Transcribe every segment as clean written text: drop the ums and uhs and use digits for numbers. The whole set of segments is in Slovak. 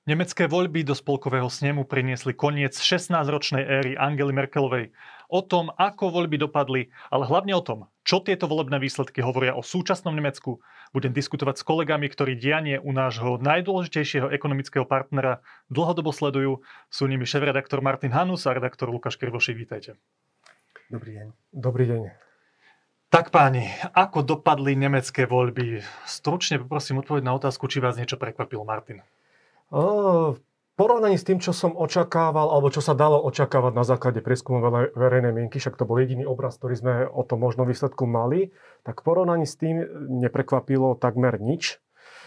Nemecké voľby do spolkového snemu priniesli koniec 16-ročnej éry Angely Merkelovej. O tom, ako voľby dopadli, ale hlavne o tom, čo tieto volebné výsledky hovoria o súčasnom Nemecku, budem diskutovať s kolegami, ktorí dianie u nášho najdôležitejšieho ekonomického partnera dlhodobo sledujú. Sú nimi šéfredaktor Martin Hanus a redaktor Lukáš Krivošík. Vítajte. Dobrý deň. Dobrý deň. Tak páni, ako dopadli nemecké voľby? Stručne poprosím odpoveď na otázku, či vás niečo prekvapilo, Martin. V porovnaní s tým, čo som očakával, alebo čo sa dalo očakávať na základe prieskumu verejnej mienky, však to bol jediný obraz, ktorý sme o tom možnom výsledku mali, tak v porovnaní s tým neprekvapilo takmer nič.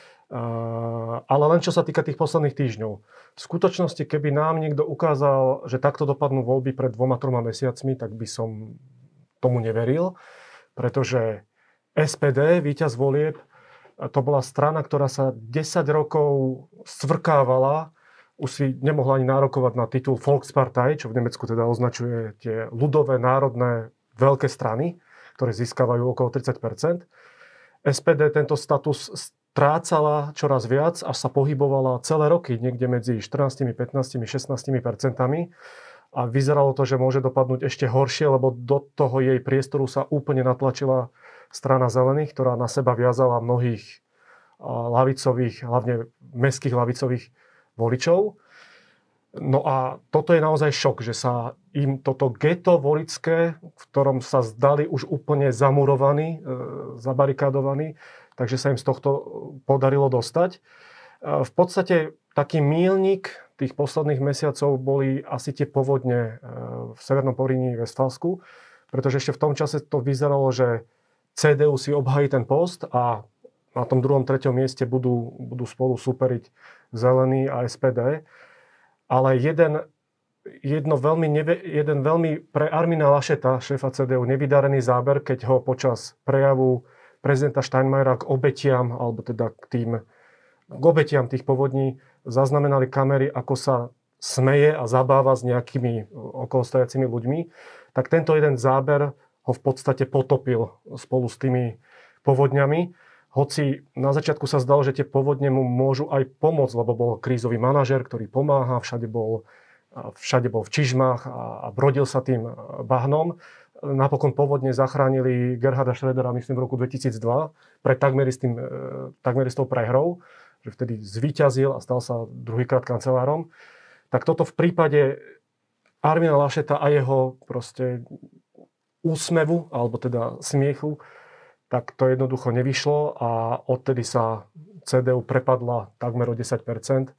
Ale len čo sa týka tých posledných týždňov. V skutočnosti, keby nám niekto ukázal, že takto dopadnú voľby pred 2-3 mesiacmi, tak by som tomu neveril, pretože SPD, víťaz volieb, to bola strana, ktorá sa 10 rokov svrkávala, už si nemohla ani nárokovať na titul Volkspartei, čo v Nemecku teda označuje tie ľudové, národné, veľké strany, ktoré získavajú okolo 30%. SPD tento status strácala čoraz viac, až sa pohybovala celé roky, niekde medzi 14, 15, 16%. A vyzeralo to, že môže dopadnúť ešte horšie, lebo do toho jej priestoru sa úplne natlačila strana zelených, ktorá na seba viazala mnohých ľavicových, hlavne mestských ľavicových voličov. No a toto je naozaj šok, že sa im toto geto voličské, v ktorom sa zdali už úplne zamurovaní, zabarikádovaní, takže sa im z tohto podarilo dostať. V podstate taký míľnik tých posledných mesiacov boli asi tie povodne v Severnom Poríní, Vestfálsku, pretože ešte v tom čase to vyzeralo, že CDU si obhají ten post a na tom 2., 3. mieste budú spolu superiť Zelení a SPD. Ale jeden veľmi pre Armina Lascheta, šéfa CDU, nevydarený záber, keď ho počas prejavu prezidenta Steinmeiera k obetiam, alebo teda k obetiam tých povodní zaznamenali kamery, ako sa smeje a zabáva s nejakými okolostojacimi ľuďmi, tak tento jeden záber ho v podstate potopil spolu s tými povodňami. Hoci na začiatku sa zdalo, že tie povodne mu môžu aj pomôcť, lebo bol krízový manažer, ktorý pomáha, všade bol v čižmách a brodil sa tým bahnom. Napokon povodne zachránili Gerharda Schrödera, myslím, v roku 2002, takmer s tou prehrou, že vtedy zvíťazil a stal sa druhýkrát kancelárom. Tak toto v prípade Armina Lascheta a jeho proste úsmevu, alebo teda smiechu, tak to jednoducho nevyšlo a odtedy sa CDU prepadla takmer o 10%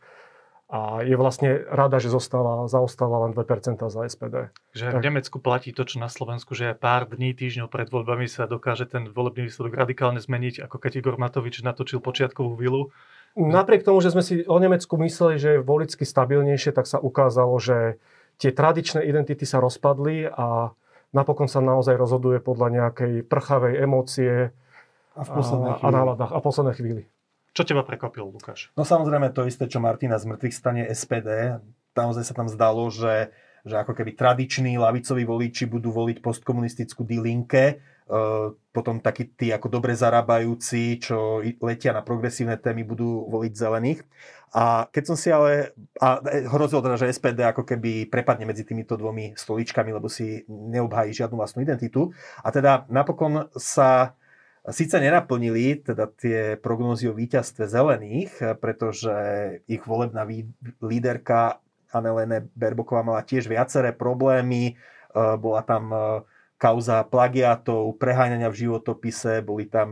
a je vlastne rada, že zaostala len 2% za SPD. Že v Nemecku platí to, čo na Slovensku, že pár dní, týždňov pred voľbami sa dokáže ten volebný výsledok radikálne zmeniť, ako keď Igor Matovič natočil počiatkovú vilu. Napriek tomu, že sme si o Nemecku mysleli, že je voličsky stabilnejšie, tak sa ukázalo, že tie tradičné identity sa rozpadli a napokon sa naozaj rozhoduje podľa nejakej prchavej emócie a náladách a poslednej chvíli. Čo teba prekvapilo, Lukáš? No samozrejme to isté, čo Martina z mŕtvych stane SPD. Naozaj sa tam zdalo, že ako keby tradiční lavicoví voliči budú voliť postkomunistickú Die Linke, potom takí tí ako dobre zarábajúci, čo letia na progresívne témy, budú voliť zelených. A keď som si hrozilo teda, že SPD ako keby prepadne medzi týmito dvomi stoličkami, lebo si neobhájí žiadnu vlastnú identitu. A teda napokon sa síce nenaplnili teda tie prognózy o víťazstve zelených, pretože ich volebná líderka Annalena Baerbocková mala tiež viaceré problémy. Bola tam kauza plagiátov, preháňania v životopise, boli tam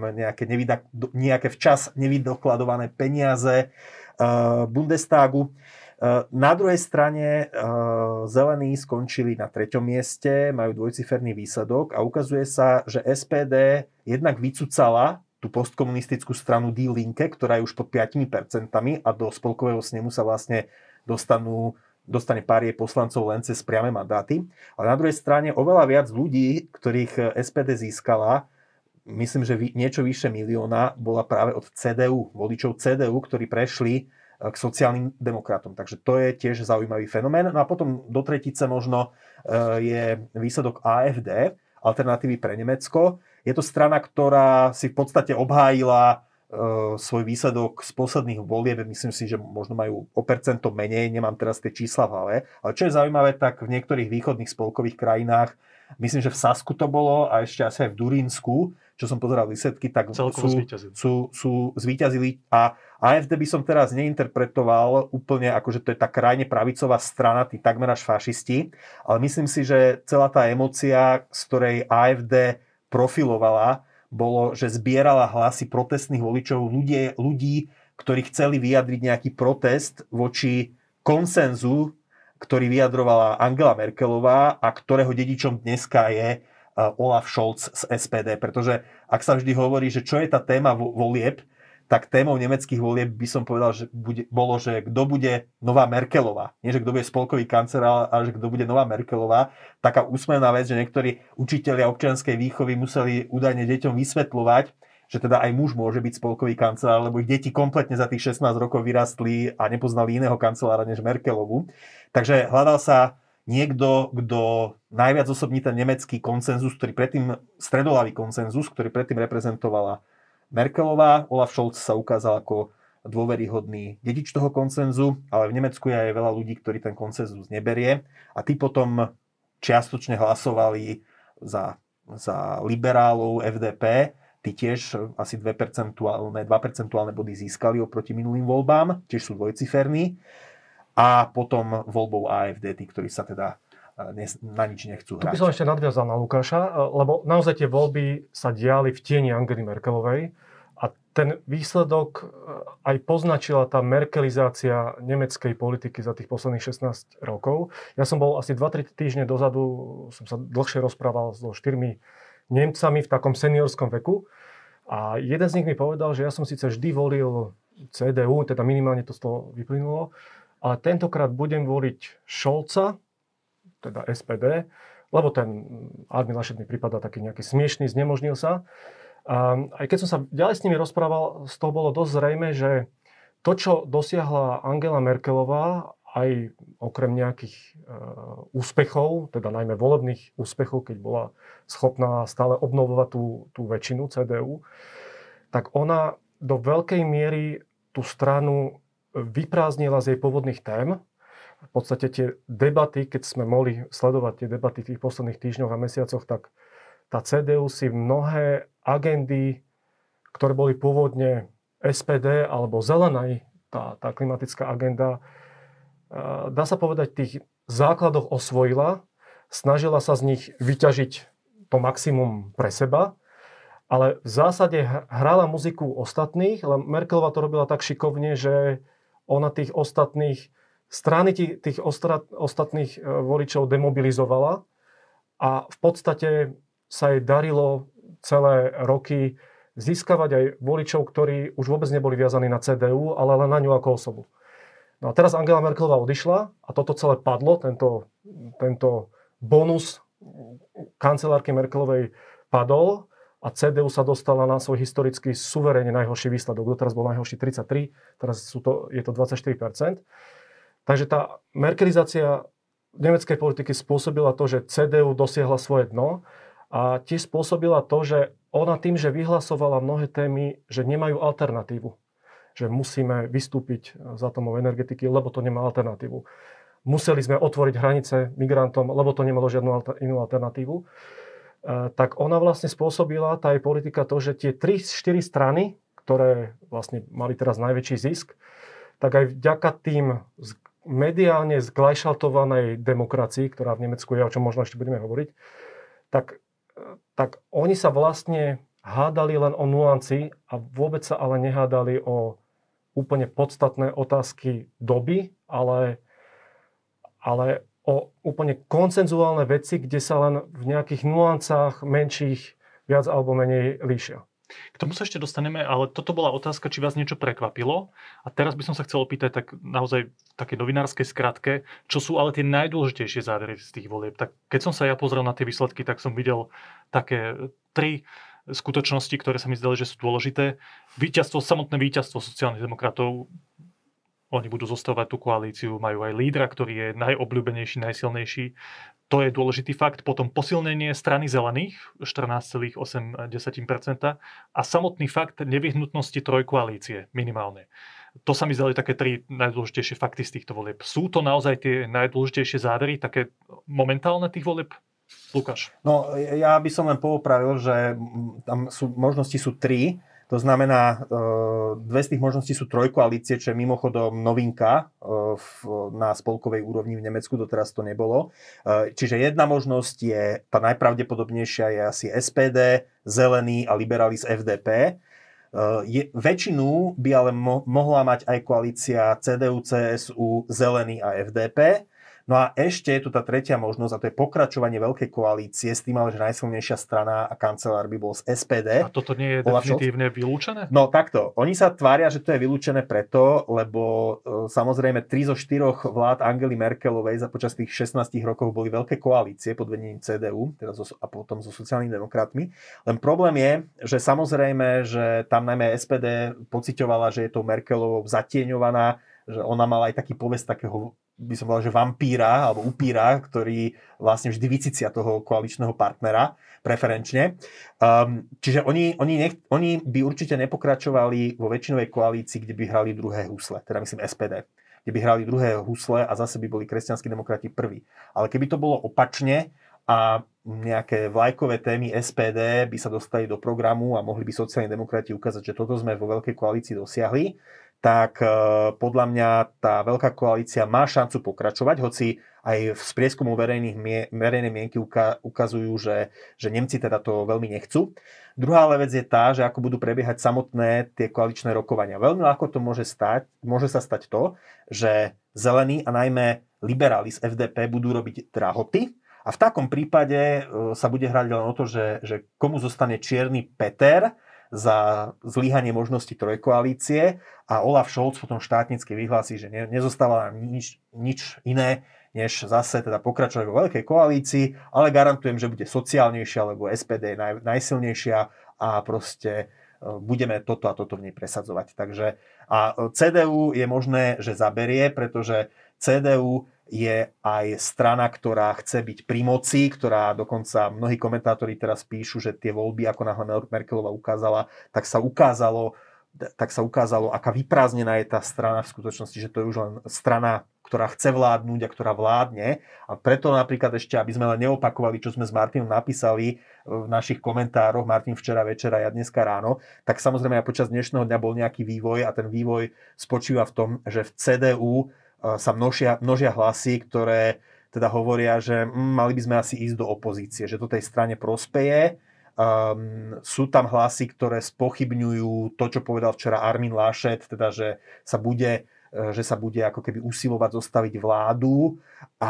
nejaké včas nevydokladované peniaze Bundestagu. Na druhej strane zelení skončili na 3. mieste, majú dvojciferný výsledok a ukazuje sa, že SPD jednak vycucala tú postkomunistickú stranu Die Linke, ktorá je už pod 5% a do spolkového snemu sa vlastne dostane pár jej poslancov len cez priame mandáty. Ale na druhej strane oveľa viac ľudí, ktorých SPD získala, myslím, že niečo vyššie 1 milióna, bola práve od CDU, voličov CDU, ktorí prešli k sociálnym demokratom. Takže to je tiež zaujímavý fenomén. No a potom do tretice možno je výsledok AfD, Alternatívy pre Nemecko. Je to strana, ktorá si v podstate obhájila svoj výsledok z posledných volieb, myslím si, že možno majú o percento menej, nemám teraz tie čísla v hlave, ale čo je zaujímavé, tak v niektorých východných spolkových krajinách, myslím, že v Sasku to bolo a ešte asi aj v Durínsku, čo som pozeral výsledky, tak sú zvíťazili a AfD by som teraz neinterpretoval úplne ako, že to je tá krajne pravicová strana, tí takmer až fašisti, ale myslím si, že celá tá emócia, z ktorej AfD profilovala, bolo, že zbierala hlasy protestných voličov, ľudí, ktorí chceli vyjadriť nejaký protest voči konsenzu, ktorý vyjadrovala Angela Merkelová a ktorého dedičom dneska je Olaf Scholz z SPD. Pretože ak sa vždy hovorí, že čo je tá téma volieb, tak témou nemeckých volieb by som povedal, že bolo, že kto bude nová Merkelová. Nie, že kto bude spolkový kancelár, ale že kto bude nová Merkelová. Taká úsmevná vec, že niektorí učitelia občianskej výchovy museli údajne deťom vysvetľovať, že teda aj muž môže byť spolkový kancelár, lebo ich deti kompletne za tých 16 rokov vyrastli a nepoznali iného kancelára než Merkelovu. Takže hľadal sa niekto, kto najviac osobní ten nemecký konsenzus, stredoľavý konsenzus, ktorý predtým reprezentovala Merkelová. Olaf Scholz sa ukázal ako dôveryhodný dedič toho konsenzu, ale v Nemecku je aj veľa ľudí, ktorí ten konsenzus neberie a tí potom čiastočne hlasovali za liberálov FDP. Tí tiež asi 2 percentuálne body získali oproti minulým voľbám, tiež sú dvojciferní. A potom voľbou AfD, tí, ktorí sa teda na nič nechcú hrať. Tu by som ešte nadviazal na Lukáša, lebo naozaj tie voľby sa diali v tieni Angely Merkelovej a ten výsledok aj poznačila tá merkelizácia nemeckej politiky za tých posledných 16 rokov. Ja som bol asi 2-3 týždne dozadu, som sa dlhšie rozprával so 4 Nemcami v takom seniorskom veku a jeden z nich mi povedal, že ja som síce vždy volil CDU, teda minimálne to z toho vyplynulo, ale tentokrát budem voliť Scholza, teda SPD, lebo ten Armin Laschet mi pripadá taký nejaký smiešný, znemožnil sa. A aj keď som sa ďalej s nimi rozprával, z toho bolo dosť zrejme, že to, čo dosiahla Angela Merkelová, aj okrem nejakých úspechov, teda najmä volebných úspechov, keď bola schopná stále obnovovať tú väčšinu CDU, tak ona do veľkej miery tú stranu vyprázdnila z jej pôvodných tém. V podstate tie debaty, keď sme mohli sledovať tie debaty v tých posledných týždňoch a mesiacoch, tak tá CDU si mnohé agendy, ktoré boli pôvodne SPD alebo zelená, tá klimatická agenda, dá sa povedať, tých základoch osvojila, snažila sa z nich vyťažiť to maximum pre seba, ale v zásade hrala muziku ostatných, ale Merkelová to robila tak šikovne, že ona tých ostatných strany tých ostatných voličov demobilizovala a v podstate sa jej darilo celé roky získavať aj voličov, ktorí už vôbec neboli viazaní na CDU, ale len na ňu ako osobu. No a teraz Angela Merkelová odišla a toto celé padlo, tento bonus kancelárky Merkelovej padol a CDU sa dostala na svoj historicky suverénne najhorší výsledok. Doteraz bol najhorší 33, teraz je to 24%. Takže tá merkelizácia nemeckej politiky spôsobila to, že CDU dosiahla svoje dno a tiež spôsobila to, že ona tým, že vyhlasovala mnohé témy, že nemajú alternatívu. Že musíme vystúpiť z atomovej energetiky, lebo to nemá alternatívu. Museli sme otvoriť hranice migrantom, lebo to nemalo žiadnu inú alternatívu. Tak ona vlastne spôsobila, tá jej politika, to, že tie 3-4 strany, ktoré vlastne mali teraz najväčší zisk, tak aj vďaka tým mediálne zglajšaltovanej demokracii, ktorá v Nemecku je, o čom možno ešte budeme hovoriť, tak oni sa vlastne hádali len o nuanci a vôbec sa ale nehádali o úplne podstatné otázky doby, ale o úplne konsenzuálne veci, kde sa len v nejakých nuancách menších viac alebo menej líšia. K tomu sa ešte dostaneme, ale toto bola otázka, či vás niečo prekvapilo. A teraz by som sa chcel opýtať tak naozaj v takej novinárskej skratke, čo sú ale tie najdôležitejšie závery z tých volieb. Tak keď som sa ja pozrel na tie výsledky, tak som videl také 3 skutočnosti, ktoré sa mi zdali, že sú dôležité. Samotné víťazstvo sociálnych demokratov Oni budú zostavovať tú koalíciu, majú aj lídra, ktorý je najobľúbenejší, najsilnejší. To je dôležitý fakt. Potom posilnenie strany zelených 14,8% a samotný fakt nevyhnutnosti trojkoalície minimálne. To sa mi zdali také tri najdôležitejšie fakty z týchto volieb. Sú to naozaj tie najdôležitejšie závery, také momentálne tých volieb? Lukáš. No, ja by som len poopravil, že tam možnosti sú tri. To znamená, dve z tých možností sú trojkoalície, čo je mimochodom novinka na spolkovej úrovni v Nemecku, doteraz to nebolo. Čiže jedna možnosť je, tá najpravdepodobnejšia je asi SPD, Zelení a liberáli z FDP. Väčšinu by ale mohla mať aj koalícia CDU, CSU, Zelení a FDP. No a ešte je tu tá tretia možnosť, a to je pokračovanie veľkej koalície, s tým ale, že najsilnejšia strana a kancelár by bol z SPD. A toto nie je definitívne vylúčené? No takto, oni sa tvária, že to je vylúčené preto, lebo samozrejme 3 zo 4 vlád Angely Merkelovej za počas tých 16 rokov boli veľké koalície pod vedením CDU teda a potom so sociálnymi demokratmi. Len problém je, že samozrejme, že tam najmä SPD pociťovala, že je tou Merkelovou zatieňovaná, že ona mala aj taký povesť takého, by som povedal, že vampíra alebo upíra, ktorý vlastne vždy vycicia toho koaličného partnera preferenčne. Čiže oni by určite nepokračovali vo väčšinovej koalícii, kde by hrali druhé husle, teda myslím SPD, kde by hrali druhé husle a zase by boli kresťanskí demokrati prví. Ale keby to bolo opačne a nejaké vlajkové témy SPD by sa dostali do programu a mohli by sociálni demokrati ukázať, že toto sme vo veľkej koalícii dosiahli, tak podľa mňa tá veľká koalícia má šancu pokračovať, hoci aj z prieskumov verejnej mienky ukazujú, že Nemci teda to veľmi nechcú. Druhá vec je tá, že ako budú prebiehať samotné tie koaličné rokovania. Veľmi ľahko to môže sa stať to, že zelení a najmä liberáli z FDP budú robiť drahoty a v takom prípade sa bude hrať len o to, že komu zostane čierny Peter za zlyhanie možnosti trojkoalície a Olaf Scholz potom štátnicky vyhlási, že nezostáva nám nič iné, než zase teda pokračovať vo veľkej koalícii, ale garantujem, že bude sociálnejšia, lebo SPD je najsilnejšia a proste budeme toto a toto v nej presadzovať. Takže a CDU je možné, že zaberie, pretože CDU je aj strana, ktorá chce byť pri moci, ktorá dokonca mnohí komentátori teraz píšu, že tie voľby, ako náhle Merkelová ukázala, tak sa ukázalo, aká vyprázdnená je tá strana v skutočnosti, že to je už len strana, ktorá chce vládnuť a ktorá vládne. A preto napríklad ešte, aby sme len neopakovali, čo sme s Martinom napísali v našich komentároch, Martin včera večer a ja dneska ráno, tak samozrejme aj počas dnešného dňa bol nejaký vývoj a ten vývoj spočíva v tom, že v CDU sa množia hlasy, ktoré teda hovoria, že mali by sme asi ísť do opozície, že to tej strane prospeje. Sú tam hlasy, ktoré spochybňujú to, čo povedal včera Armin Laschet, teda že sa bude ako keby usilovať zostaviť vládu a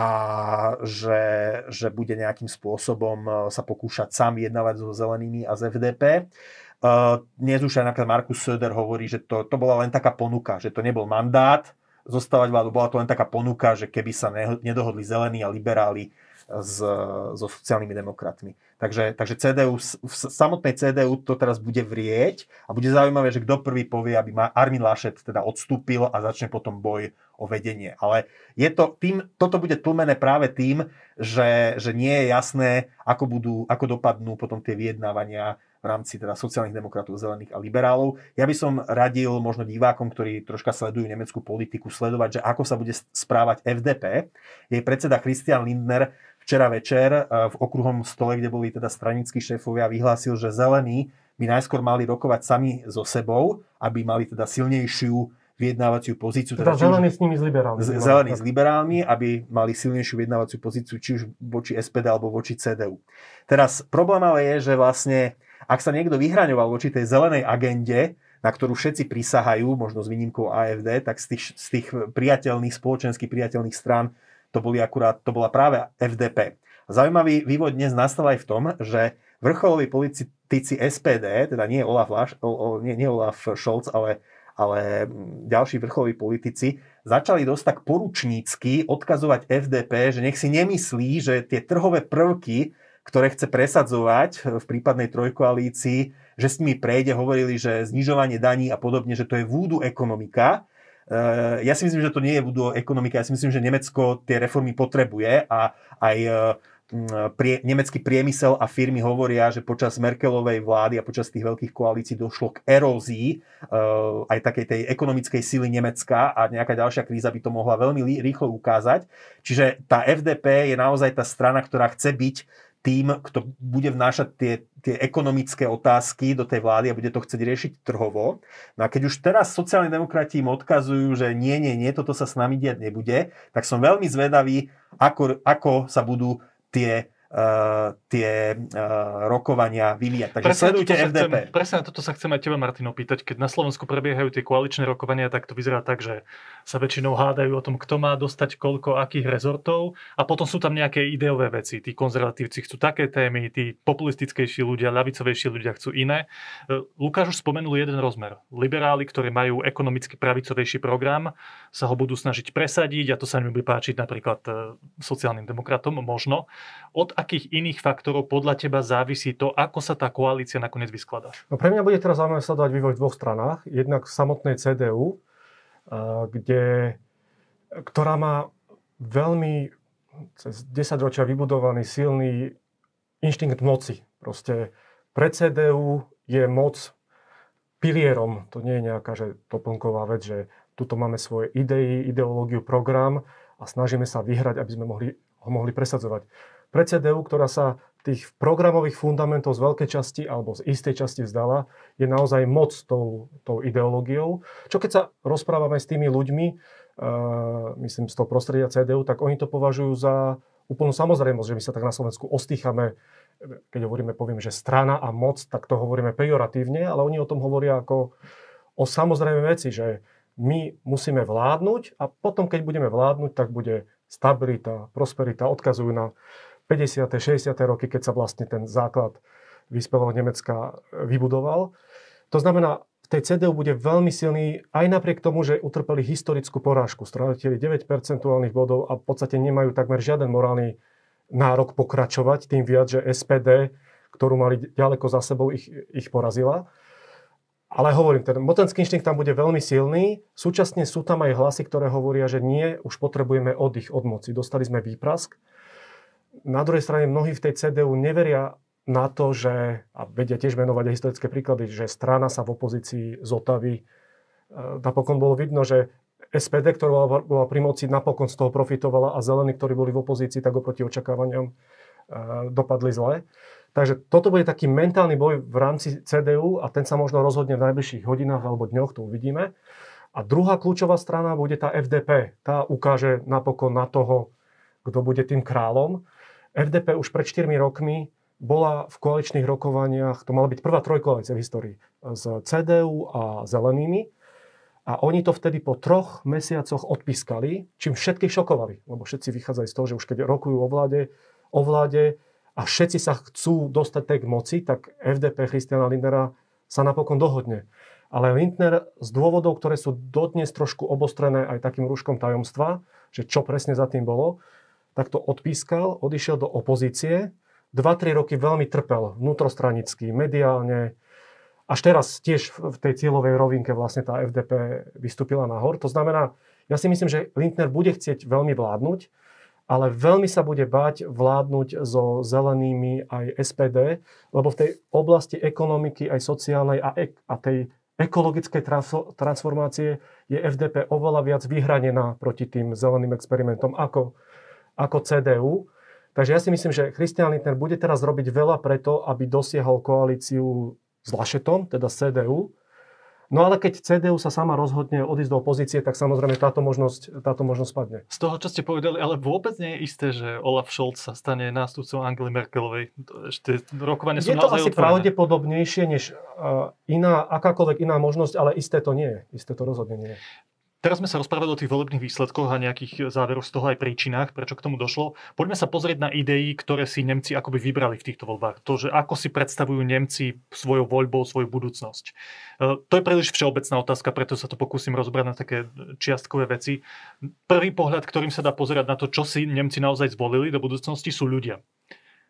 že bude nejakým spôsobom sa pokúšať sám vyjednávať so zelenými a z FDP. Dnes už aj napríklad Markus Söder hovorí, že to bola len taká ponuka, že to nebol mandát zostávať vládu, bola to len taká ponuka, že keby sa nedohodli zelení a liberáli so sociálnymi demokratmi. Takže CDU, v samotnej CDU to teraz bude vrieť a bude zaujímavé, že kto prvý povie, aby Armin Laschet teda odstúpil a začne potom boj o vedenie. Ale toto bude tlmené práve tým, že nie je jasné, ako dopadnú potom tie vyjednávania v rámci teda sociálnych demokratov, zelených a liberálov. Ja by som radil možno divákom, ktorí troška sledujú nemeckú politiku, sledovať, že ako sa bude správať FDP. Jej predseda Christian Lindner včera večer v okrúhlom stole, kde boli teda stranickí šéfovia, vyhlásil, že zelení by najskôr mali rokovať sami so sebou, aby mali teda silnejšiu vyjednávaciu pozíciu. Teda zelení s nimi s liberálmi. Zelení s liberálmi, aby mali silnejšiu vyjednávaciu pozíciu, či už voči SPD alebo voči CDU. Teraz problém ale je, že vlastne ak sa niekto vyhraňoval voči tej zelenej agende, na ktorú všetci prisahajú, možno s výnimkou AfD, tak z tých spoločensky priateľných strán to bola práve FDP. Zaujímavý vývoj dnes nastal aj v tom, že vrcholoví politici SPD, teda nie Olaf Scholz, ale ďalší vrcholoví politici, začali dosť tak poručnícky odkazovať FDP, že nech si nemyslí, že tie trhové prvky, ktoré chce presadzovať v prípadnej trojkoalícii, že s nimi prejde, hovorili, že znižovanie daní a podobne, že to je voodoo ekonomika Ja si myslím, že to nie je budú ekonomika. Ja si myslím, že Nemecko tie reformy potrebuje a aj nemecký priemysel a firmy hovoria, že počas Merkelovej vlády a počas tých veľkých koalícií došlo k erózii aj takej tej ekonomickej sily Nemecka a nejaká ďalšia kríza by to mohla veľmi rýchlo ukázať. Čiže tá FDP je naozaj tá strana, ktorá chce byť tým, kto bude vnášať tie ekonomické otázky do tej vlády a bude to chcieť riešiť trhovo. No a keď už teraz sociálni demokrati im odkazujú, že nie, toto sa s nami diať nebude, tak som veľmi zvedavý, ako sa budú tie rokovania vyvíjať. Takže sledujte FDP. Presne na toto sa chcem aj teba, Martin, opýtať. Keď na Slovensku prebiehajú tie koaličné rokovania, tak to vyzerá tak, že sa väčšinou hádajú o tom, kto má dostať koľko akých rezortov a potom sú tam nejaké ideové veci. Tí konzervatívci chcú také témy, tí populistickejší ľudia, ľavicovejší ľudia chcú iné. Lukáš už spomenul jeden rozmer. Liberáli, ktorí majú ekonomicky pravicovejší program, sa ho budú snažiť presadiť a to sa im bude páčiť napríklad sociálnym demokratom možno. Od akých iných faktorov podľa teba závisí to, ako sa tá koalícia nakoniec vyskladá? No pre mňa bude teraz zaujímavé sledovať vývoj v dvoch stranách. Jednak v samotnej CDU, ktorá má veľmi cez 10 ročia vybudovaný silný inštinkt moci. Proste pre CDU je moc pilierom. To nie je nejaká že doplnková vec, že tuto máme svoje idei, ideológiu, program a snažíme sa vyhrať, aby sme ho mohli presadzovať. Pre CDU, ktorá sa tých programových fundamentov z veľkej časti alebo z istej časti vzdala, je naozaj moc tou ideológiou. Čo keď sa rozprávame s tými ľuďmi, myslím z toho prostredia CDU, tak oni to považujú za úplnú samozrejmosť, že my sa tak na Slovensku ostýchame, keď poviem, že strana a moc, tak to hovoríme pejoratívne, ale oni o tom hovoria ako o samozrejmej veci, že my musíme vládnuť a potom, keď budeme vládnuť, tak bude stabilita, prosperita, odkazujú na 50. 60. roky, keď sa vlastne ten základ vyspelého Nemecka vybudoval. To znamená, v tej CDU bude veľmi silný aj napriek tomu, že utrpeli historickú porážku. Strátili 9 percentuálnych bodov a v podstate nemajú takmer žiaden morálny nárok pokračovať, tým viac, že SPD, ktorú mali ďaleko za sebou, ich porazila. Ale hovorím, ten mocenský inštinkt tam bude veľmi silný. Súčasne sú tam aj hlasy, ktoré hovoria, že nie, už potrebujeme oddych od moci. Dostali sme výprask. Na druhej strane mnohí v tej CDU neveria na to, že, a vedia tiež menovať aj historické príklady, že strana sa v opozícii zotaví. Napokon bolo vidno, že SPD, ktorá bola pri moci, napokon z toho profitovala a zelení, ktorí boli v opozícii, tak oproti očakávaniam dopadli zle. Takže toto bude taký mentálny boj v rámci CDU a ten sa možno rozhodne v najbližších hodinách alebo dňoch, to uvidíme. A druhá kľúčová strana bude tá FDP. Tá ukáže napokon na toho, kto bude tým kráľom. FDP už pred 4 rokmi bola v koaličných rokovaniach, to mala byť prvá trojkoalícia v histórii, s CDU a zelenými. A oni to vtedy po 3 mesiacoch odpískali, čím všetkých šokovali. Lebo všetci vychádzajú z toho, že už keď rokujú o vláde a všetci sa chcú dostať k moci, tak FDP Christiana Lindnera sa napokon dohodne. Ale Lindner z dôvodov, ktoré sú dodnes trošku obostrené aj takým rúškom tajomstva, že čo presne za tým bolo, tak to odpískal, odišiel do opozície. 2-3 roky veľmi trpel vnútrostranicky, mediálne. Až teraz tiež v tej cieľovej rovinke vlastne tá FDP vystúpila nahor. To znamená, ja si myslím, že Lindner bude chcieť veľmi vládnuť, ale veľmi sa bude báť vládnuť so zelenými aj SPD, lebo v tej oblasti ekonomiky, aj sociálnej a tej ekologickej transformácie je FDP oveľa viac vyhranená proti tým zeleným experimentom ako CDU. Takže ja si myslím, že Christian Lindner bude teraz robiť veľa preto, aby dosiahol koalíciu s Laschetom, teda s CDU. No ale keď CDU sa sama rozhodne odísť do opozície, tak samozrejme táto možnosť padne. Z toho, čo ste povedali, ale vôbec nie je isté, že Olaf Scholz sa stane nástupcom Angely Merkelovej. Ešte rokovania sú naozaj otvorené. Je to asi pravdepodobnejšie než akákoľvek iná možnosť, ale isté to nie je. Isté to rozhodne nie je. Teraz sme sa rozprávali o tých volebných výsledkoch a nejakých záveroch z toho aj príčinách, prečo k tomu došlo. Poďme sa pozrieť na idei, ktoré si Nemci akoby vybrali v týchto voľbách. To, že ako si predstavujú Nemci svojou voľbou svoju budúcnosť. To je príliš všeobecná otázka, preto sa to pokúsim rozbrať na také čiastkové veci. Prvý pohľad, ktorým sa dá pozerať na to, čo si Nemci naozaj zvolili do budúcnosti, sú ľudia.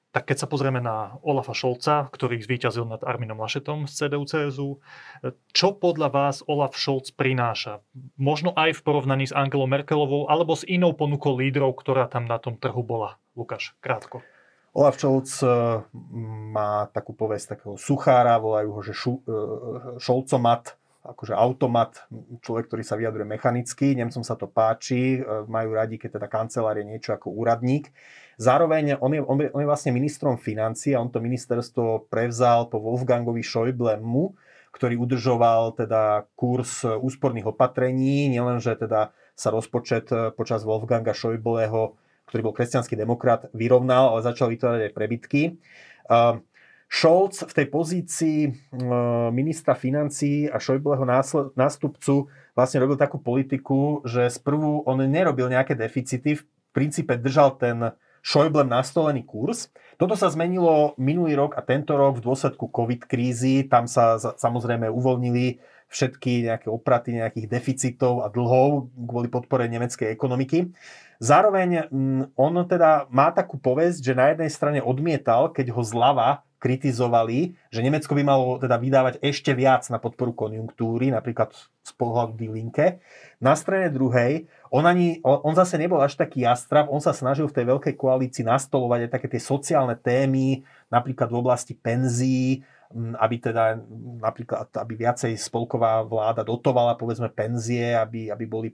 Tak keď sa pozrieme na Olafa Scholza, ktorý zvíťazil nad Arminom Laschetom z CDU-CSU, čo podľa vás Olaf Scholz prináša? Možno aj v porovnaní s Angelou Merkelovou alebo s inou ponukou lídrov, ktorá tam na tom trhu bola? Lukáš, krátko. Olaf Scholz má takú povesť takého suchára, volajú ho, že Scholzomat, akože automat, človek, ktorý sa vyjadruje mechanicky. Nemcom sa to páči, majú radi, keď teda kancelár je niečo ako úradník. Zároveň on je vlastne ministrom financií a on to ministerstvo prevzal po Wolfgangovi Schäublemu, ktorý udržoval teda kurz úsporných opatrení. Nielenže teda sa rozpočet počas Wolfganga Schäubleho, ktorý bol kresťanský demokrat, vyrovnal, ale začal vytvárať aj prebytky. Scholz v tej pozícii ministra financií a Schäubleho nástupcu vlastne robil takú politiku, že sprvu on nerobil nejaké deficity, v princípe držal ten Schäublem nastolený kurz. Toto sa zmenilo minulý rok a tento rok v dôsledku COVID krízy. Tam sa samozrejme uvoľnili všetky nejaké opraty nejakých deficitov a dlhov kvôli podpore nemeckej ekonomiky. Zároveň on teda má takú povesť, že na jednej strane odmietal, keď ho zľava kritizovali, že Nemecko by malo teda vydávať ešte viac na podporu konjunktúry, napríklad z pohľadu Die Linke. Na strane druhej, on zase nebol až taký jastrav, on sa snažil v tej veľkej koalícii nastolovať aj také tie sociálne témy, napríklad v oblasti penzií, aby teda napríklad, aby viacej spolková vláda dotovala povedzme penzie, aby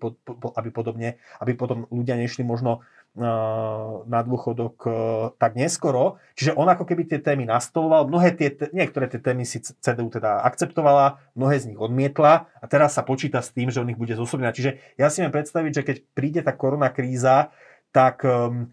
potom ľudia nešli možno na dôchodok tak neskoro. Čiže on ako keby tie témy nastoloval. Niektoré tie témy si CDU teda akceptovala, mnohé z nich odmietla a teraz sa počíta s tým, že on ich bude zosobňovať. Čiže ja si viem predstaviť, že keď príde tá koronakríza, tak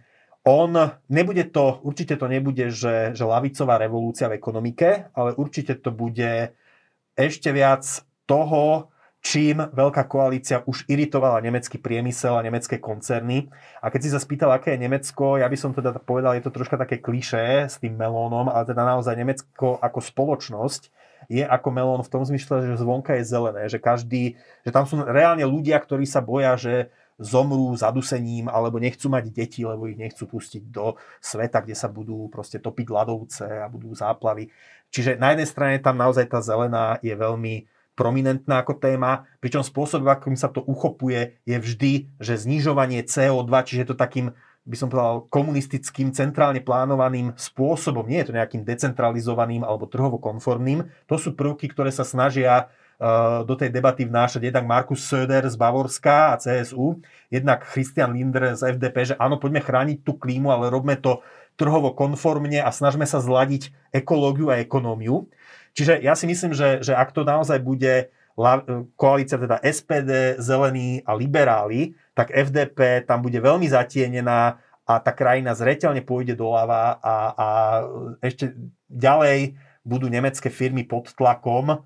určite to nebude, že ľavicová revolúcia v ekonomike, ale určite to bude ešte viac toho, čím veľká koalícia už iritovala nemecký priemysel a nemecké koncerny. A keď si sa spýtal, aké je Nemecko, ja by som teda povedal, je to troška také klišé s tým melónom, ale teda naozaj Nemecko ako spoločnosť je ako melón v tom zmysle, že zvonka je zelené, že tam sú reálne ľudia, ktorí sa boja, že zomrú zadusením alebo nechcú mať deti, lebo ich nechcú pustiť do sveta, kde sa budú proste topiť ľadovce a budú záplavy. Čiže na jednej strane tam naozaj tá zelená je veľmi prominentná ako téma, pričom spôsob, akým sa to uchopuje, je vždy, že znižovanie CO2, čiže je to takým, by som povedal, komunistickým, centrálne plánovaným spôsobom, nie je to nejakým decentralizovaným alebo trhovo konformným. To sú prvky, ktoré sa snažia do tej debaty vnášať jednak Markus Söder z Bavorska a CSU, jednak Christian Lindner z FDP, že áno, poďme chrániť tú klímu, ale robme to trhovo konformne a snažme sa zladiť ekológiu a ekonómiu. Čiže ja si myslím, že ak to naozaj bude koalícia teda SPD, Zelení a liberáli, tak FDP tam bude veľmi zatienená a tá krajina zreteľne pôjde doľava a ešte ďalej budú nemecké firmy pod tlakom,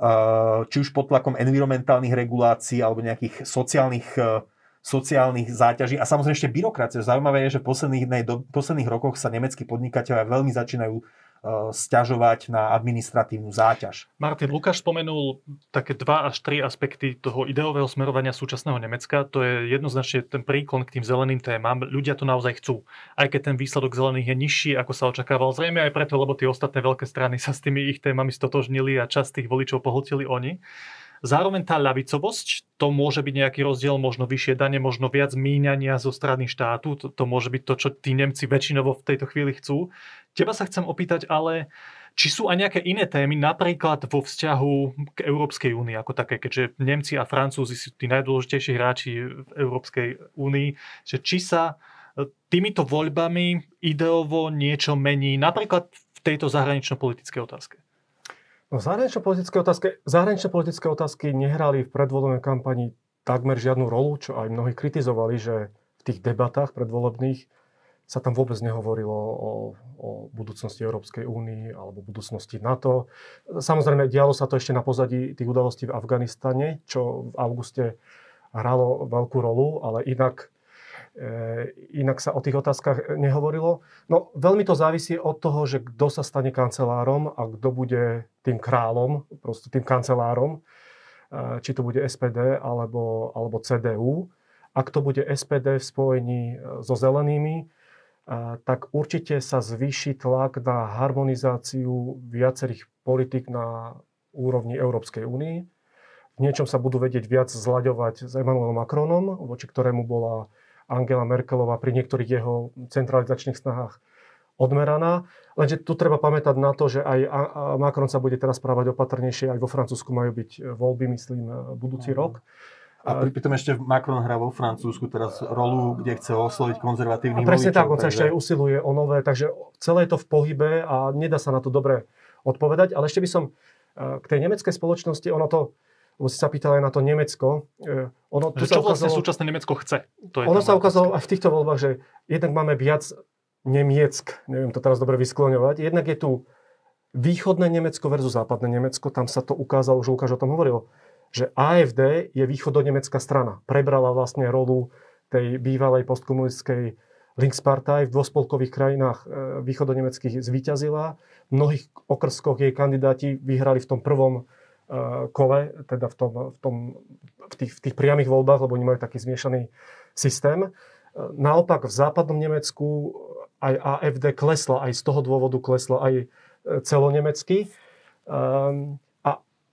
či už pod tlakom environmentálnych regulácií alebo nejakých sociálnych záťaží a samozrejme ešte byrokracie. Zaujímavé je, že v posledných rokoch sa nemeckí podnikatelia veľmi začínajú sťažovať na administratívnu záťaž. Martin, Lukáš spomenul také 2 až 3 aspekty toho ideového smerovania súčasného Nemecka. To je jednoznačne ten príklon k tým zeleným témam. Ľudia to naozaj chcú. Aj keď ten výsledok zelených je nižší, ako sa očakával. Zrejme aj preto, lebo tie ostatné veľké strany sa s tými ich témami stotožnili a časť tých voličov pohltili oni. Zároveň tá ľavicovosť, to môže byť nejaký rozdiel, možno vyššie dane, možno viac míňania zo strany štátu. To môže byť to, čo tí Nemci väčšinovo v tejto chvíli chcú. Teba sa chcem opýtať, ale či sú aj nejaké iné témy, napríklad vo vzťahu k Európskej únii ako také, keďže Nemci a Francúzi sú tí najdôležitejší hráči v Európskej únii, že či sa týmito voľbami ideovo niečo mení, napríklad v tejto zahranično-politickej otázke? No, zahranično-politické otázky nehrali v predvolebnej kampani takmer žiadnu rolu, čo aj mnohí kritizovali, že v tých debatách predvolebných sa tam vôbec nehovorilo o budúcnosti Európskej únie alebo budúcnosti NATO. Samozrejme, dialo sa to ešte na pozadí tých udalostí v Afganistane, čo v auguste hralo veľkú rolu, ale inak sa o tých otázkach nehovorilo. No, veľmi to závisí od toho, že kto sa stane kancelárom a kto bude tým kráľom, proste tým kancelárom, či to bude SPD alebo CDU. Ak to bude SPD v spojení so zelenými, tak určite sa zvýši tlak na harmonizáciu viacerých politik na úrovni Európskej únie. V niečom sa budú vedieť viac zlaďovať s Emmanuelom Macronom, voči ktorému bola Angela Merkelová pri niektorých jeho centralizačných snahách odmeraná. Lenže tu treba pamätať na to, že aj Macron sa bude teraz správať opatrnejšie. Aj vo Francúzsku majú byť voľby, myslím, budúci rok. A pritom ešte Macron hrá vo Francúzsku teraz rolu, kde chce osloviť konzervatívnych voličov. Presne tak, on sa ešte aj usiluje o nové, takže celé je to v pohybe a nedá sa na to dobre odpovedať. Ale ešte by som k tej nemeckej spoločnosti, ono to, lebo si sa pýtal aj na to Nemecko. Čo vlastne súčasné Nemecko chce? Ono sa ukázalo aj v týchto voľbách, že jednak máme viac Nemieck, neviem to teraz dobre vyskloňovať. Jednak je tu východné Nemecko versus západné Nemecko, tam sa to ukázalo, už Lukáš o tom hovoril, že AfD je východonemecká strana. Prebrala vlastne rolu tej bývalej postkomunistickej Linkspartei v dvospolkových krajinách východonemeckých zvíťazila. V mnohých okrskoch jej kandidáti vyhrali v tom prvom kole, teda v tých priamych voľbách, lebo oni majú taký zmiešaný systém. Naopak v západnom Nemecku aj AfD klesla, aj z toho dôvodu klesla aj celonemecky. A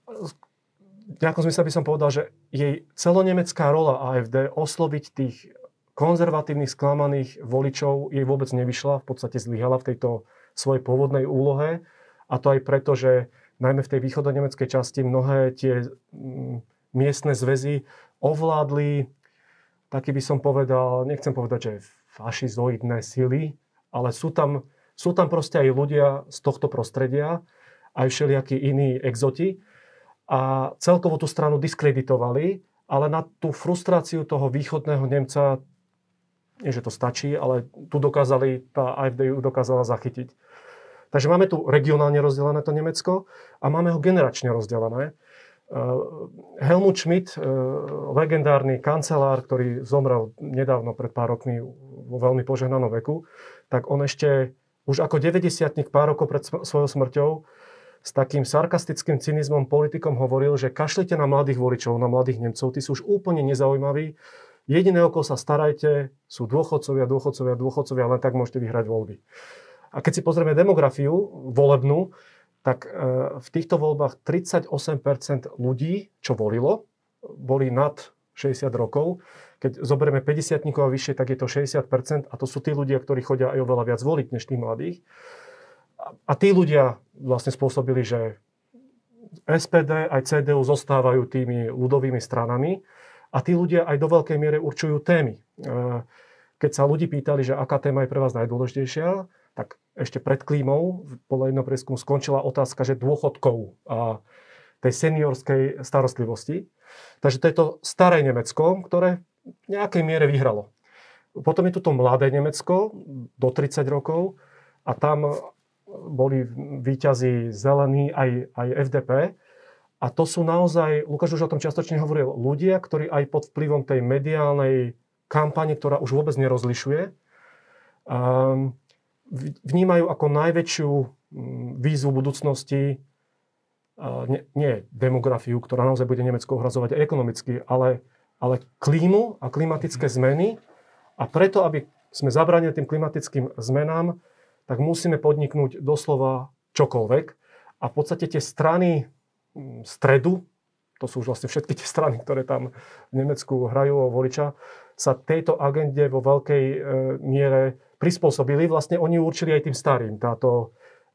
v nejakom zmysle by som povedal, že jej celonemecká rola AfD osloviť tých konzervatívnych, sklamaných voličov jej vôbec nevyšla, v podstate zlyhala v tejto svojej pôvodnej úlohe. A to aj preto, že najmä v tej východonemeckej časti mnohé tie miestne zväzy ovládli, taký by som povedal, nechcem povedať, že fašizoidné sily, ale sú tam proste aj ľudia z tohto prostredia, aj všelijakí iní exoti. A celkovo tú stranu diskreditovali, ale na tú frustráciu toho východného Nemca, nie že to stačí, ale tu tá AfD ju dokázala zachytiť. Takže máme tu regionálne rozdelené to Nemecko a máme ho generačne rozdelené. Helmut Schmidt, legendárny kancelár, ktorý zomrel nedávno pred pár rokmi vo veľmi požehnanom veku, tak on ešte už ako 90-tník pár rokov pred svojou smrťou s takým sarkastickým cynizmom politikom hovoril, že kašlite na mladých voličov, na mladých Nemcov, tí sú už úplne nezaujímaví. Jediné, o koho sa starajte, sú dôchodcovia, len tak môžete vyhrať voľby. A keď si pozrieme demografiu volebnú, tak v týchto voľbách 38% ľudí, čo volilo, boli nad 60 rokov. Keď zoberieme 50-tníkov a vyššie, tak je to 60% a to sú tí ľudia, ktorí chodia aj oveľa viac voliť než tých mladých. A tí ľudia vlastne spôsobili, že SPD aj CDU zostávajú tými ľudovými stranami a tí ľudia aj do veľkej miere určujú témy. Keď sa ľudí pýtali, že aká téma je pre vás najdôležitejšia, tak ešte pred klímou podľa jedného prieskumu skončila otázka, že dôchodkov a tej seniorskej starostlivosti. Takže to je to staré Nemecko, ktoré v nejakej miere vyhralo. Potom je tu to mladé Nemecko do 30 rokov a tam boli víťazi zelení aj FDP. A to sú naozaj, Lukáš už o tom čiastočne hovoril, ľudia, ktorí aj pod vplyvom tej mediálnej kampane, ktorá už vôbec nerozlišuje, vnímajú ako najväčšiu výzvu budúcnosti nie demografiu, ktorá naozaj bude Nemecko ohrazovať ekonomicky, ale klímu a klimatické zmeny. A preto, aby sme zabránili tým klimatickým zmenám, tak musíme podniknúť doslova čokoľvek. A v podstate tie strany stredu, to sú už vlastne všetky tie strany, ktoré tam v Nemecku hrajú o voliča, sa tejto agende vo veľkej miere prispôsobili. Vlastne oni určili aj tým starým. Táto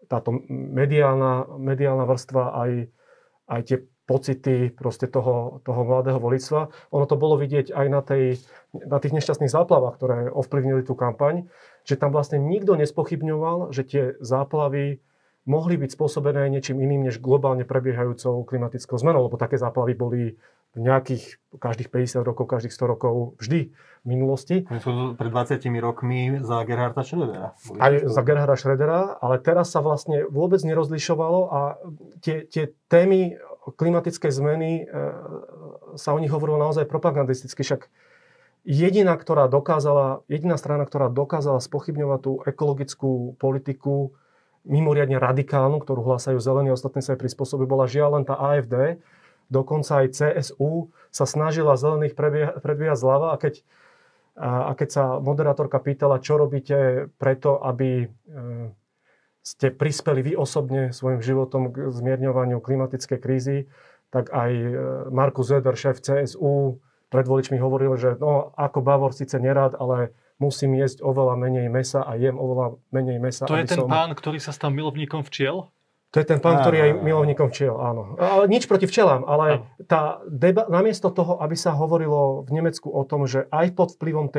mediálna vrstva, aj tie pocity proste toho mladého voličstva. Ono to bolo vidieť aj na tých nešťastných záplavách, ktoré ovplyvnili tú kampaň, že tam vlastne nikto nespochybňoval, že tie záplavy mohli byť spôsobené niečím iným než globálne prebiehajúcou klimatickou zmenou, lebo také záplavy boli nejakých každých 50 rokov, každých 100 rokov vždy v minulosti. Pred 20 rokmi za Gerharda Schrödera. Aj za Gerharda Schrödera, ale teraz sa vlastne vôbec nerozlišovalo a tie témy klimatickej zmeny sa o nich hovorilo naozaj propagandisticky. Však jediná strana, ktorá dokázala spochybňovať tú ekologickú politiku mimoriadne radikálnu, ktorú hlásajú zelení, ostatní sa aj prispôsobili, bola žiaľ len tá AfD. Dokonca aj CSU sa snažila zelených predbiehať zľava a keď A keď sa moderátorka pýtala, čo robíte preto, aby ste prispeli vy osobne svojim životom k zmierňovaniu klimatickej krízy, tak aj Markus Söder, šéf CSU, pred voličmi hovoril, že no, ako Bavor síce nerád, ale musím jesť oveľa menej mesa a jem oveľa menej mesa. To je ten pán, ktorý sa stal milovníkom včiel? To je ten pán, ktorý je aj milovníkom včiel, áno. Ale nič proti včelám, ale namiesto toho, aby sa hovorilo v Nemecku o tom, že aj pod vplyvom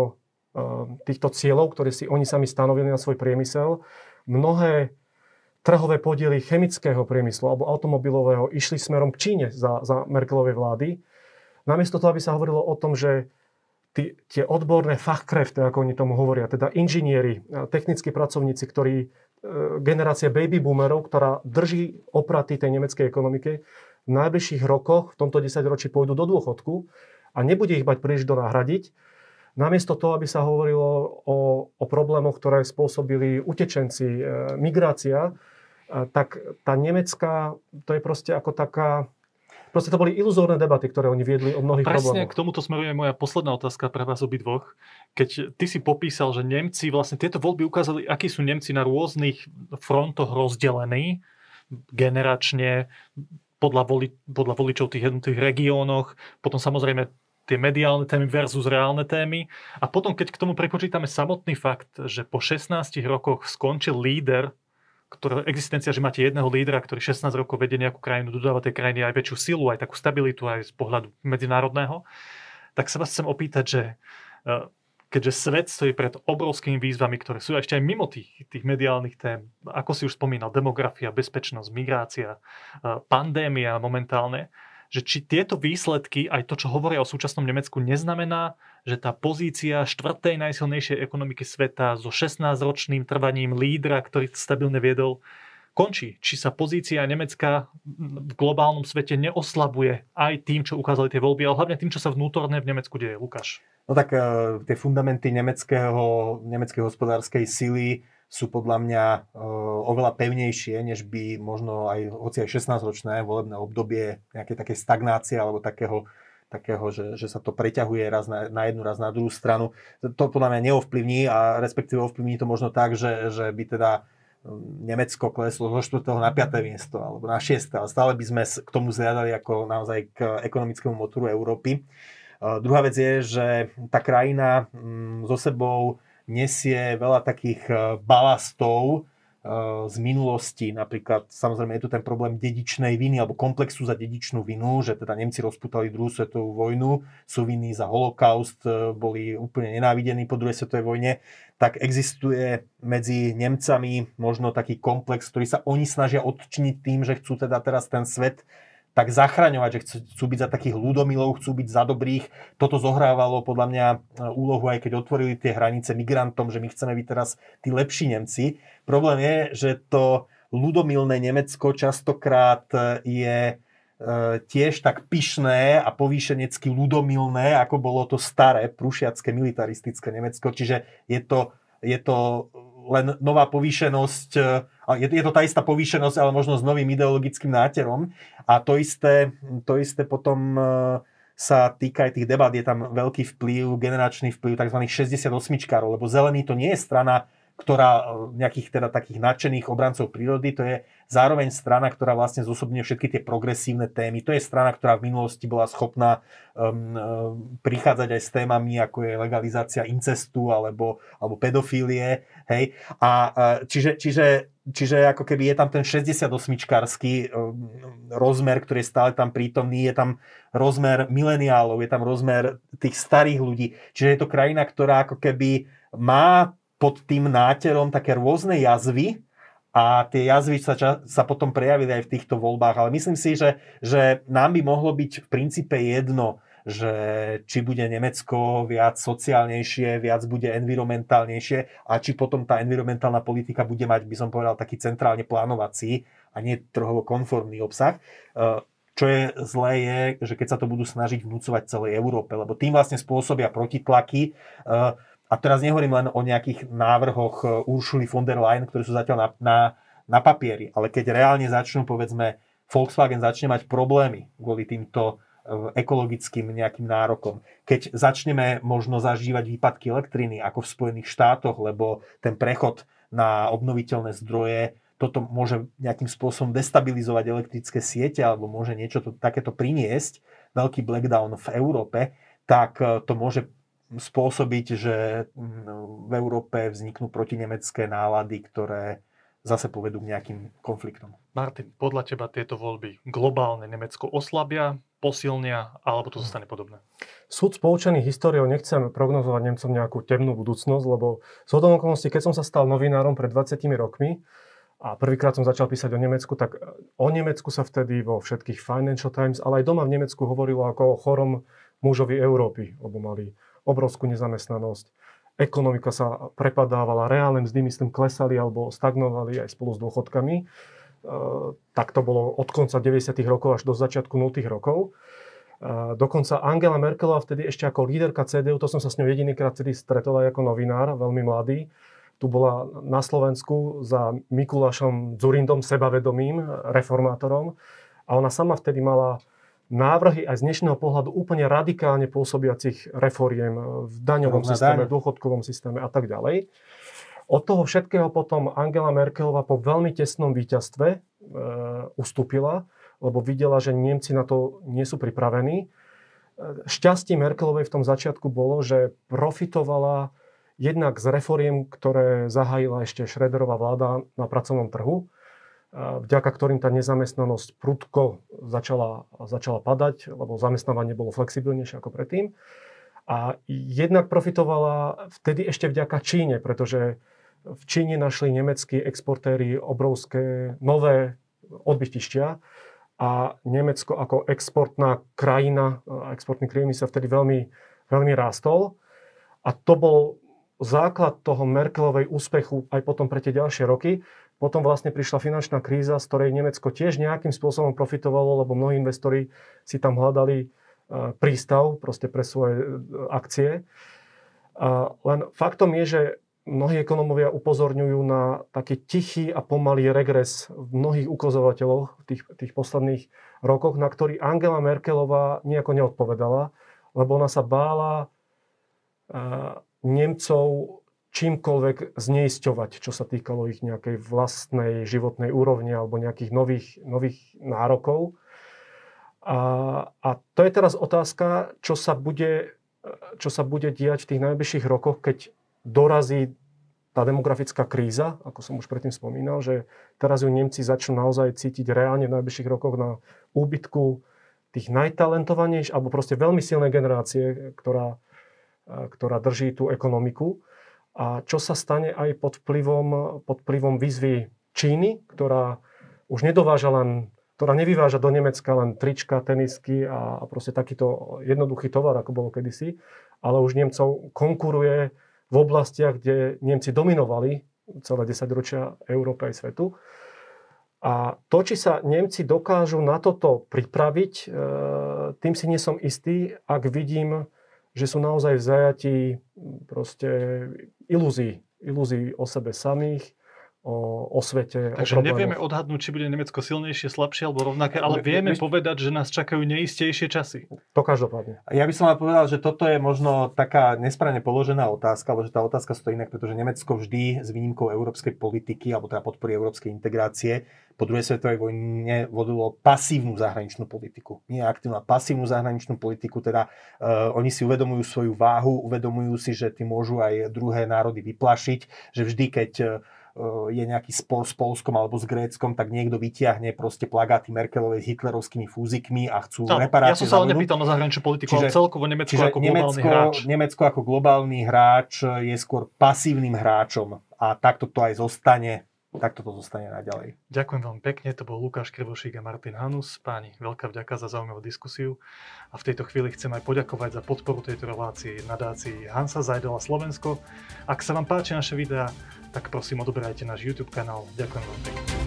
týchto cieľov, ktoré si oni sami stanovili na svoj priemysel, mnohé trhové podiely chemického priemyslu alebo automobilového išli smerom k Číne za Merkelovej vlády. Namiesto toho, aby sa hovorilo o tom, že tie odborné fachkräfte, ako oni tomu hovoria, teda inžinieri, technickí pracovníci, ktorí generácia baby boomerov, ktorá drží opraty tej nemeckej ekonomike, v najbližších rokoch, v tomto 10-ročí pôjdu do dôchodku a nebude ich mať príliš do nahradiť. Namiesto toho, aby sa hovorilo o problémoch, ktoré spôsobili utečenci, migrácia, tak tá nemecká, to je proste ako taká... Proste to boli iluzórne debaty, ktoré oni viedli o mnohých problémoch. Presne k tomuto smeruje moja posledná otázka pre vás obidvoch. Keď ty si popísal, že Nemci, vlastne tieto voľby ukázali, akí sú Nemci na rôznych frontoch rozdelení, generačne, podľa voličov v tých jednotlivých regiónoch, potom samozrejme tie mediálne témy versus reálne témy. A potom, keď k tomu prepočítame samotný fakt, že po 16 rokoch skončil líder, ktorá existencia, že máte jedného lídra, ktorý 16 rokov vedie nejakú krajinu, dodáva tej krajine aj väčšiu silu, aj takú stabilitu, aj z pohľadu medzinárodného, tak sa vás chcem opýtať, že keďže svet stojí pred obrovskými výzvami, ktoré sú ešte aj mimo tých mediálnych tém, ako si už spomínal, demografia, bezpečnosť, migrácia, pandémia momentálne, že či tieto výsledky, aj to, čo hovoria o súčasnom Nemecku, neznamená, že tá pozícia štvrtej najsilnejšej ekonomiky sveta so 16-ročným trvaním lídra, ktorý stabilne viedol, končí. Či sa pozícia Nemecka v globálnom svete neoslabuje aj tým, čo ukázali tie voľby, ale hlavne tým, čo sa vnútorne v Nemecku deje. Lukáš. No tak tie fundamenty nemeckej hospodárskej sily sú podľa mňa oveľa pevnejšie, než by možno aj hoci aj 16-ročné volebné obdobie nejaké také stagnácie alebo takého, že sa to preťahuje raz na jednu, raz na druhú stranu. To podľa mňa neovplyvní a respektíve ovplyvní to možno tak, že by teda Nemecko kleslo zo 4. na 5. miesto alebo na 6. Ale stále by sme k tomu zliadali ako naozaj k ekonomickému motoru Európy. Druhá vec je, že tá krajina so sebou nesie veľa takých balastov z minulosti. Napríklad, samozrejme, je tu ten problém dedičnej viny alebo komplexu za dedičnú vinu, že teda Nemci rozputali druhú svetovú vojnu, sú vinní za holokaust, boli úplne nenávidení po druhej svetovej vojne. Tak existuje medzi Nemcami možno taký komplex, ktorý sa oni snažia odčiniť tým, že chcú teda teraz ten svet tak zachraňovať, že chcú byť za takých ľudomilov, chcú byť za dobrých. Toto zohrávalo podľa mňa úlohu, aj keď otvorili tie hranice migrantom, že my chceme byť teraz tí lepší Nemci. Problém je, že to ľudomilné Nemecko častokrát je tiež tak pyšné a povýšenecky ľudomilné, ako bolo to staré, prušiacké, militaristické Nemecko. Čiže je to len nová povýšenosť, je to tá istá povýšenosť, ale možno s novým ideologickým náterom. A to isté potom sa týka aj tých debat. Je tam veľký vplyv, generačný vplyv tzv. 68-čkárov, lebo Zelený to nie je strana, ktorá nejakých teda takých nadšených obrancov prírody, to je zároveň strana, ktorá vlastne zosobňuje všetky tie progresívne témy. To je strana, ktorá v minulosti bola schopná prichádzať aj s témami, ako je legalizácia incestu alebo pedofílie. Hej? A čiže ako keby je tam ten 68-čkársky rozmer, ktorý je stále tam prítomný, je tam rozmer mileniálov, je tam rozmer tých starých ľudí. Čiže je to krajina, ktorá ako keby má pod tým náterom také rôzne jazvy a tie jazvy sa potom prejavili aj v týchto voľbách. Ale myslím si, že nám by mohlo byť v princípe jedno, že či bude Nemecko viac sociálnejšie, viac bude environmentálnejšie a či potom tá environmentálna politika bude mať, by som povedal, taký centrálne plánovací a nie trhovo konformný obsah. Čo je zlé je, že keď sa to budú snažiť vnúcovať celej Európe, lebo tým vlastne spôsobia protitlaky. A teraz nehovorím len o nejakých návrhoch Ursuly von der Leyen, ktoré sú zatiaľ na papieri, ale keď reálne začnú, povedzme, Volkswagen začne mať problémy kvôli týmto ekologickým nejakým nárokom. Keď začneme možno zažívať výpadky elektriny ako v Spojených štátoch, lebo ten prechod na obnoviteľné zdroje, toto môže nejakým spôsobom destabilizovať elektrické siete alebo môže niečo takéto priniesť, veľký blackdown v Európe, tak to môže spôsobiť, že v Európe vzniknú protinemecké nálady, ktoré zase povedú k nejakým konfliktom. Martin, podľa teba tieto voľby globálne Nemecko oslabia, posilnia, alebo to zostane podobné? Súd poučených históriou nechcem prognozovať Nemcom nejakú temnú budúcnosť, lebo zhodou okolností, keď som sa stal novinárom pred 20 rokmi a prvýkrát som začal písať o Nemecku, tak o Nemecku sa vtedy vo všetkých Financial Times, ale aj doma v Nemecku hovorilo ako o chorom mužovi Európy, lebo mali obrovskú nezamestnanosť. Ekonomika sa prepadávala, reálne mzdy, myslím, klesali alebo stagnovali aj spolu s dôchodkami. Tak to bolo od konca 90. rokov až do začiatku 0. rokov. Dokonca Angela Merkelová vtedy ešte ako líderka CDU, to som sa s ňou jedinýkrát vtedy stretol aj ako novinár, veľmi mladý. Tu bola na Slovensku za Mikulášom Dzurindom, sebavedomým reformátorom. A ona sama vtedy mala návrhy aj z dnešného pohľadu úplne radikálne pôsobiacich reforiem v daňovom systéme, v dôchodkovom systéme a tak ďalej. Od toho všetkého potom Angela Merkelová po veľmi tesnom víťazstve ustúpila, lebo videla, že Nemci na to nie sú pripravení. Šťastie Merkelovej v tom začiatku bolo, že profitovala jednak z reforiem, ktoré zahájila ešte Schröderová vláda na pracovnom trhu, vďaka ktorým tá nezamestnanosť prudko začala padať, lebo zamestnávanie bolo flexibilnejšie ako predtým. A jednak profitovala vtedy ešte vďaka Číne, pretože v Číne našli nemeckí exportéri obrovské nové odbytištia a Nemecko ako exportná krajina, exportný priemysel vtedy veľmi, veľmi rástol. A to bol základ toho Merkelovej úspechu aj potom pre tie ďalšie roky. Potom vlastne prišla finančná kríza, z ktorej Nemecko tiež nejakým spôsobom profitovalo, lebo mnohí investori si tam hľadali prístav proste pre svoje akcie. Len faktom je, že mnohí ekonómovia upozorňujú na taký tichý a pomalý regres v mnohých ukazovateľoch v tých posledných rokoch, na ktorý Angela Merkelová nejako neodpovedala, lebo ona sa bála Nemcov čímkoľvek zneisťovať, čo sa týkalo ich nejakej vlastnej životnej úrovne alebo nejakých nových nárokov. A to je teraz otázka, čo sa bude diať v tých najbližších rokoch, keď dorazí tá demografická kríza, ako som už predtým spomínal, že teraz ju Nemci začnú naozaj cítiť reálne v najbližších rokoch na úbytku tých najtalentovanejších, alebo proste veľmi silnej generácie, ktorá drží tú ekonomiku. A čo sa stane aj pod vplyvom výzvy Číny, ktorá už ktorá nevyváža do Nemecka len trička, tenisky a proste takýto jednoduchý tovar, ako bolo kedysi, ale už Nemcov konkuruje v oblastiach, kde Nemci dominovali celé 10 ročia Európe aj svetu. A to, či sa Nemci dokážu na toto pripraviť, tým si nie som istý, ak vidím, že sú naozaj v zajatí proste ilúzií o sebe samých, o svete. Takže nevieme odhadnúť, či bude Nemecko silnejšie, slabšie alebo rovnaké, ale vieme povedať, že nás čakajú neistejšie časy. To každopádne. Ja by som ale povedal, že toto je možno taká nesprávne položená otázka, alebo že tá otázka stojí inak, pretože Nemecko vždy s výnimkou európskej politiky, alebo teda podpory európskej integrácie, po druhej svetovej vojne vodilo pasívnu zahraničnú politiku. Nie aktívnu, pasívnu zahraničnú politiku, teda oni si uvedomujú svoju váhu, uvedomujú si, že tí môžu aj druhé národy vyplašiť, že vždy, keď je nejaký spor s Poľskom alebo s Gréckom, tak niekto vytiahne proste plagáty Merkelovej s hitlerovskými fúzikmi a chcú reparácie. Ja som sa ale nepýtal na zahraničnú politiku, ale celkovo Nemecko ako globálny hráč. Nemecko ako globálny hráč je skôr pasívnym hráčom a takto to aj zostane. Takto to zostane naďalej. Ďakujem veľmi pekne, to bol Lukáš Krvošík a Martin Hanus. Páni, veľká vďaka za zaujímavú diskusiu a v tejto chvíli chcem aj poďakovať za podporu tejto relácii nadácii Hansa Zajdela Slovensko. Ak sa vám páči naše videá, tak prosím odoberajte náš YouTube kanál. Ďakujem veľmi pekne.